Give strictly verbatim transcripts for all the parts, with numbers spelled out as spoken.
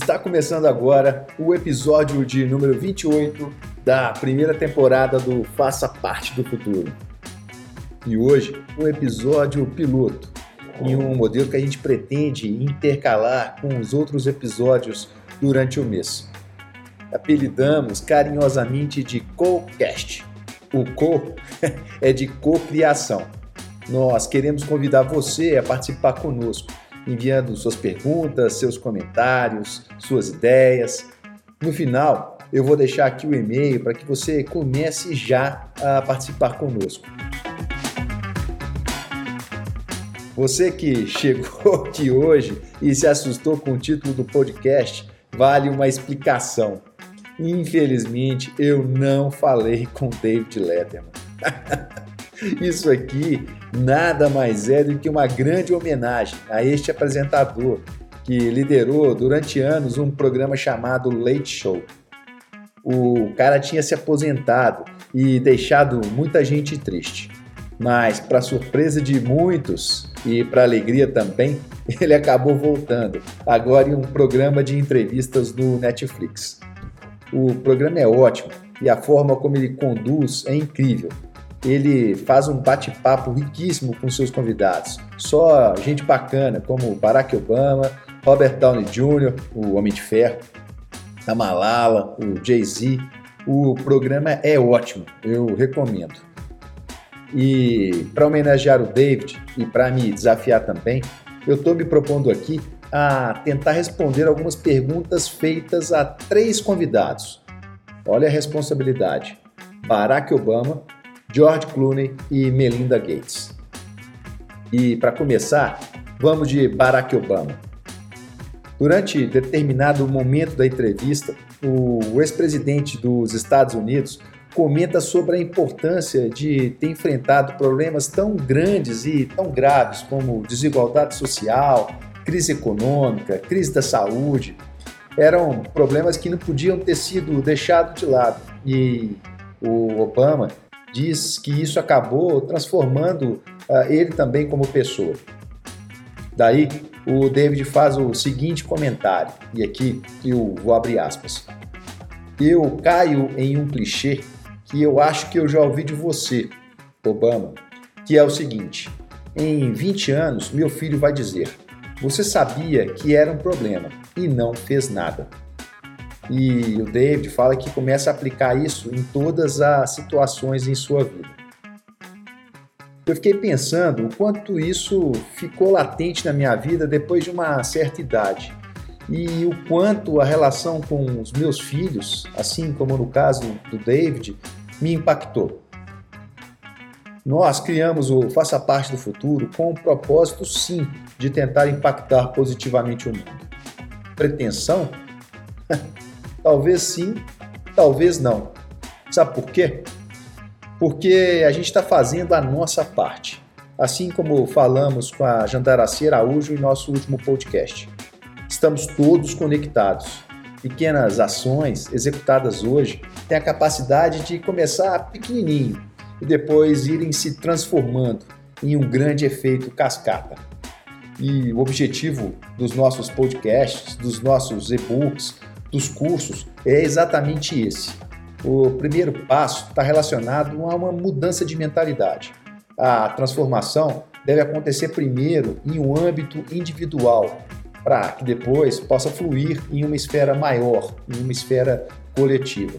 Está começando agora o episódio de número vinte e oito da primeira temporada do Faça Parte do Futuro. E hoje, um episódio piloto, em um modelo que a gente pretende intercalar com os outros episódios durante o mês. Apelidamos carinhosamente de CoCast. O Co é de cocriação. Nós queremos convidar você a participar conosco, enviando suas perguntas, seus comentários, suas ideias. No final, eu vou deixar aqui o e-mail para que você comece já a participar conosco. Você que chegou aqui hoje e se assustou com o título do podcast, vale uma explicação. Infelizmente, eu não falei com David Letterman. Isso aqui nada mais é do que uma grande homenagem a este apresentador que liderou durante anos um programa chamado Late Show. O cara tinha se aposentado e deixado muita gente triste, mas para surpresa de muitos e para alegria também, ele acabou voltando, agora em um programa de entrevistas no Netflix. O programa é ótimo e a forma como ele conduz é incrível. Ele faz um bate-papo riquíssimo com seus convidados. Só gente bacana, como Barack Obama, Robert Downey Júnior, o Homem de Ferro, a Malala, o Jay-Z. O programa é ótimo, eu recomendo. E para homenagear o David e para me desafiar também, eu estou me propondo aqui a tentar responder algumas perguntas feitas a três convidados. Olha a responsabilidade. Barack Obama, George Clooney e Melinda Gates. E para começar, vamos de Barack Obama. Durante determinado momento da entrevista, o ex-presidente dos Estados Unidos comenta sobre a importância de ter enfrentado problemas tão grandes e tão graves como desigualdade social, crise econômica, crise da saúde. Eram problemas que não podiam ter sido deixados de lado. E o Obama diz que isso acabou transformando uh, ele também como pessoa. Daí, o David faz o seguinte comentário, e aqui eu vou abrir aspas. Eu caio em um clichê que eu acho que eu já ouvi de você, Obama, que é o seguinte: em vinte anos, meu filho vai dizer, você sabia que era um problema e não fez nada. E o David fala que começa a aplicar isso em todas as situações em sua vida. Eu fiquei pensando o quanto isso ficou latente na minha vida depois de uma certa idade e o quanto a relação com os meus filhos, assim como no caso do David, me impactou. Nós criamos o Faça Parte do Futuro com o propósito, sim, de tentar impactar positivamente o mundo. Pretensão? Talvez sim, talvez não. Sabe por quê? Porque a gente está fazendo a nossa parte. Assim como falamos com a Jandaraci Araújo em nosso último podcast. Estamos todos conectados. Pequenas ações executadas hoje têm a capacidade de começar pequenininho e depois irem se transformando em um grande efeito cascata. E o objetivo dos nossos podcasts, dos nossos e-books, dos cursos é exatamente esse. O primeiro passo está relacionado a uma mudança de mentalidade. A transformação deve acontecer primeiro em um âmbito individual, para que depois possa fluir em uma esfera maior, em uma esfera coletiva.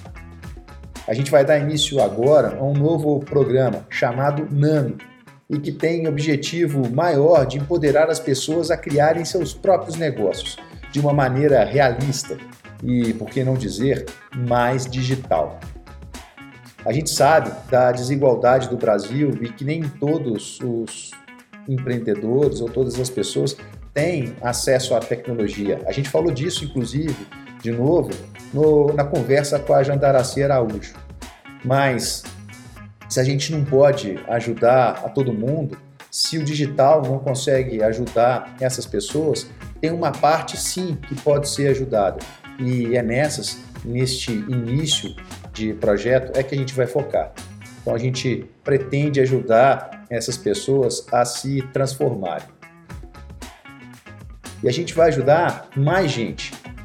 A gente vai dar início agora a um novo programa chamado Nano, e que tem objetivo maior de empoderar as pessoas a criarem seus próprios negócios, de uma maneira realista e, por que não dizer, mais digital. A gente sabe da desigualdade do Brasil e que nem todos os empreendedores ou todas as pessoas têm acesso à tecnologia. A gente falou disso, inclusive, de novo, no, na conversa com a Jandaraci Araújo. Mas se a gente não pode ajudar a todo mundo, se o digital não consegue ajudar essas pessoas, tem uma parte sim que pode ser ajudada. E é nessas, neste início de projeto, é que a gente vai focar. Então a gente pretende ajudar essas pessoas a se transformarem. E a gente vai ajudar mais gente.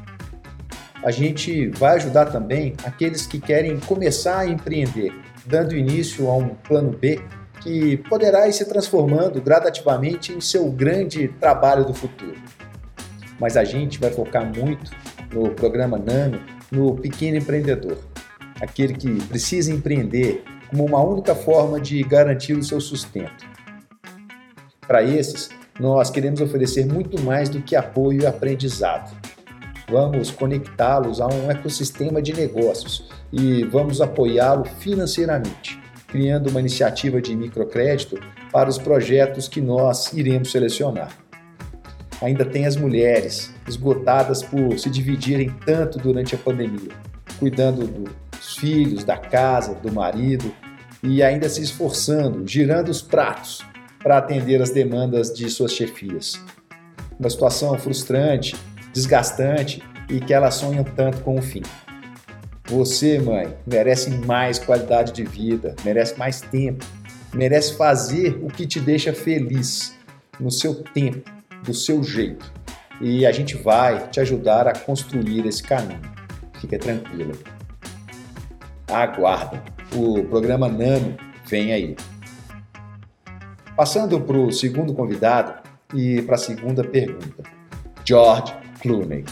a gente vai ajudar também aqueles que querem começar a empreender, dando início a um plano B que poderá ir se transformando gradativamente em seu grande trabalho do futuro. Mas a gente vai focar muito no programa Nano, no pequeno empreendedor, aquele que precisa empreender como uma única forma de garantir o seu sustento. Para esses, nós queremos oferecer muito mais do que apoio e aprendizado. Vamos conectá-los a um ecossistema de negócios e vamos apoiá-lo financeiramente, criando uma iniciativa de microcrédito para os projetos que nós iremos selecionar. Ainda tem as mulheres, esgotadas por se dividirem tanto durante a pandemia, cuidando dos filhos, da casa, do marido e ainda se esforçando, girando os pratos para atender as demandas de suas chefias. Uma situação frustrante, desgastante e que elas sonham tanto com o fim. Você, mãe, merece mais qualidade de vida, merece mais tempo, merece fazer o que te deixa feliz, no seu tempo, do seu jeito. E a gente vai te ajudar a construir esse caminho. Fica tranquila. Aguardem, o programa Nano vem aí. Passando para o segundo convidado e para a segunda pergunta. George Clooney.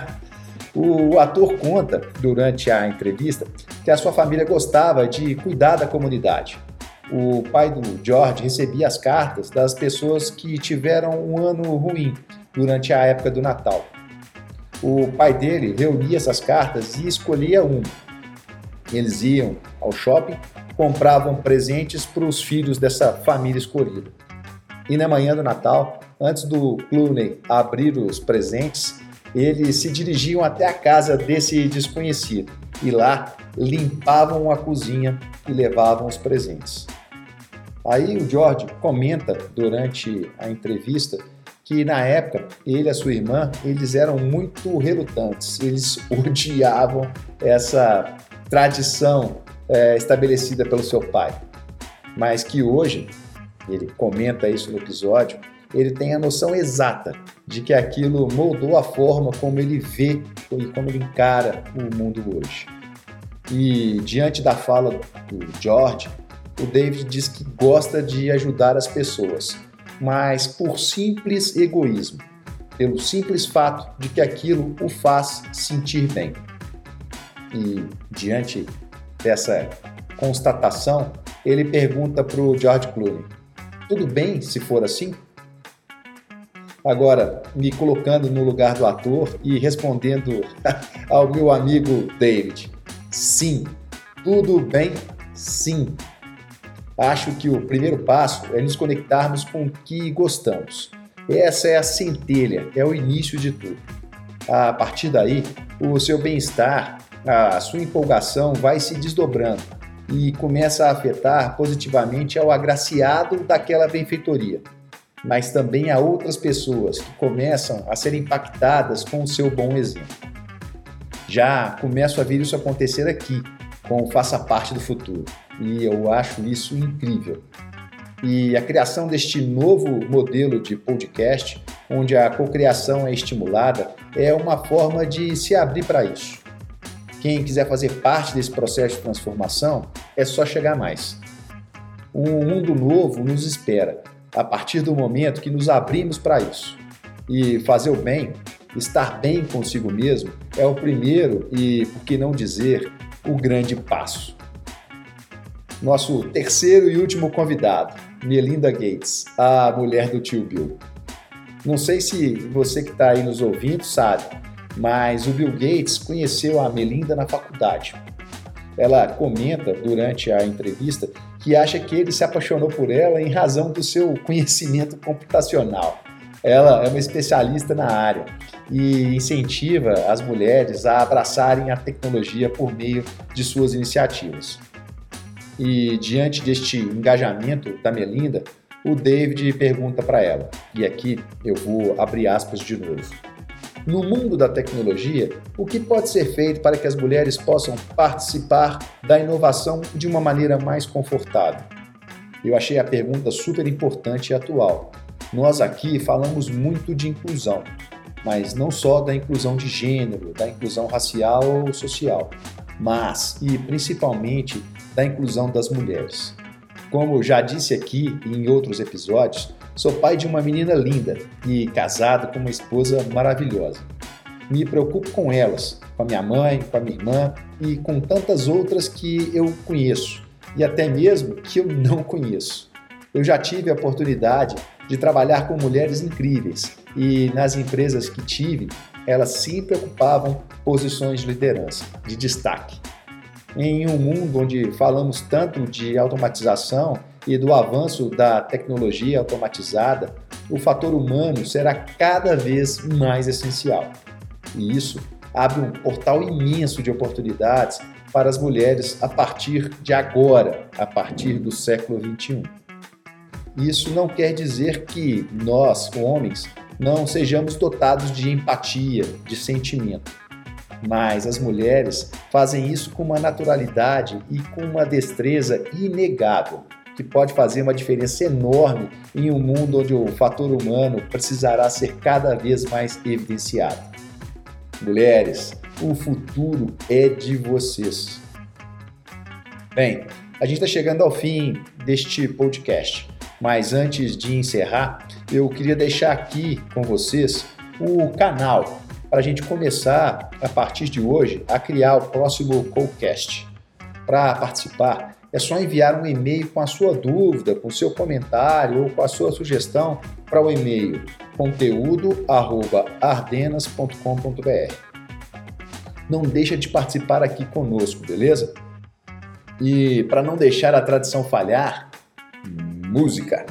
O ator conta, durante a entrevista, que a sua família gostava de cuidar da comunidade. O pai do George recebia as cartas das pessoas que tiveram um ano ruim durante a época do Natal. O pai dele reunia essas cartas e escolhia uma. Eles iam ao shopping, compravam presentes para os filhos dessa família escolhida. E na manhã do Natal, antes do Clooney abrir os presentes, eles se dirigiam até a casa desse desconhecido e lá limpavam a cozinha e levavam os presentes. Aí o George comenta durante a entrevista que na época ele e a sua irmã eles eram muito relutantes, eles odiavam essa tradição é, estabelecida pelo seu pai, mas que hoje, ele comenta isso no episódio, ele tem a noção exata de que aquilo moldou a forma como ele vê e como ele encara o mundo hoje. E diante da fala do George, o David diz que gosta de ajudar as pessoas, mas por simples egoísmo, pelo simples fato de que aquilo o faz sentir bem. E diante dessa constatação, ele pergunta para o George Clooney, tudo bem se for assim? Agora, me colocando no lugar do ator e respondendo ao meu amigo David, sim, tudo bem, sim. Acho que o primeiro passo é nos conectarmos com o que gostamos. Essa é a centelha, é o início de tudo. A partir daí, o seu bem-estar, a sua empolgação vai se desdobrando e começa a afetar positivamente ao agraciado daquela benfeitoria, mas também a outras pessoas que começam a ser impactadas com o seu bom exemplo. Já começo a ver isso acontecer aqui, com o Faça Parte do Futuro, e eu acho isso incrível. E a criação deste novo modelo de podcast, onde a cocriação é estimulada, é uma forma de se abrir para isso. Quem quiser fazer parte desse processo de transformação, é só chegar mais. Um mundo novo nos espera, a partir do momento que nos abrimos para isso. E fazer o bem, estar bem consigo mesmo, é o primeiro e, por que não dizer, o grande passo. Nosso terceiro e último convidado, Melinda Gates, a mulher do tio Bill. Não sei se você que está aí nos ouvindo sabe, mas o Bill Gates conheceu a Melinda na faculdade. Ela comenta durante a entrevista que acha que ele se apaixonou por ela em razão do seu conhecimento computacional. Ela é uma especialista na área e incentiva as mulheres a abraçarem a tecnologia por meio de suas iniciativas. E diante deste engajamento da Melinda, o David pergunta para ela, e aqui eu vou abrir aspas de novo. No mundo da tecnologia, o que pode ser feito para que as mulheres possam participar da inovação de uma maneira mais confortável? Eu achei a pergunta super importante e atual. Nós aqui falamos muito de inclusão. mas não só da inclusão de gênero, da inclusão racial ou social, mas e principalmente da inclusão das mulheres. Como já disse aqui e em outros episódios, sou pai de uma menina linda e casado com uma esposa maravilhosa. Me preocupo com elas, com a minha mãe, com a minha irmã e com tantas outras que eu conheço e até mesmo que eu não conheço. Eu já tive a oportunidade de trabalhar com mulheres incríveis e nas empresas que tive, elas sempre ocupavam posições de liderança, de destaque. Em um mundo onde falamos tanto de automatização e do avanço da tecnologia automatizada, o fator humano será cada vez mais essencial. E isso abre um portal imenso de oportunidades para as mulheres a partir de agora, a partir do século vinte e um. Isso não quer dizer que nós, homens, não sejamos dotados de empatia, de sentimento. Mas as mulheres fazem isso com uma naturalidade e com uma destreza inegável, que pode fazer uma diferença enorme em um mundo onde o fator humano precisará ser cada vez mais evidenciado. Mulheres, o futuro é de vocês. Bem, a gente está chegando ao fim deste podcast, mas antes de encerrar, eu queria deixar aqui com vocês o canal para a gente começar, a partir de hoje, a criar o próximo podcast. Para participar, é só enviar um e-mail com a sua dúvida, com o seu comentário ou com a sua sugestão para o e-mail conteúdo arroba ardenas ponto com ponto br. Não deixa de participar aqui conosco, beleza? E para não deixar a tradição falhar, música!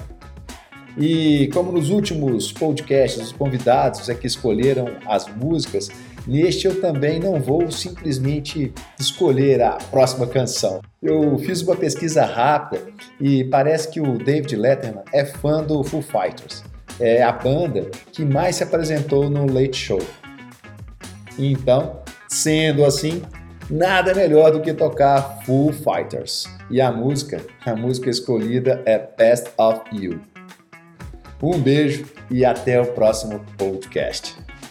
E como nos últimos podcasts os convidados é que escolheram as músicas, neste eu também não vou simplesmente escolher a próxima canção. Eu fiz uma pesquisa rápida e parece que o David Letterman é fã do Foo Fighters. É a banda que mais se apresentou no Late Show. Então, sendo assim, nada melhor do que tocar Foo Fighters. E a música, a música escolhida é Best of You. Um beijo e até o próximo podcast.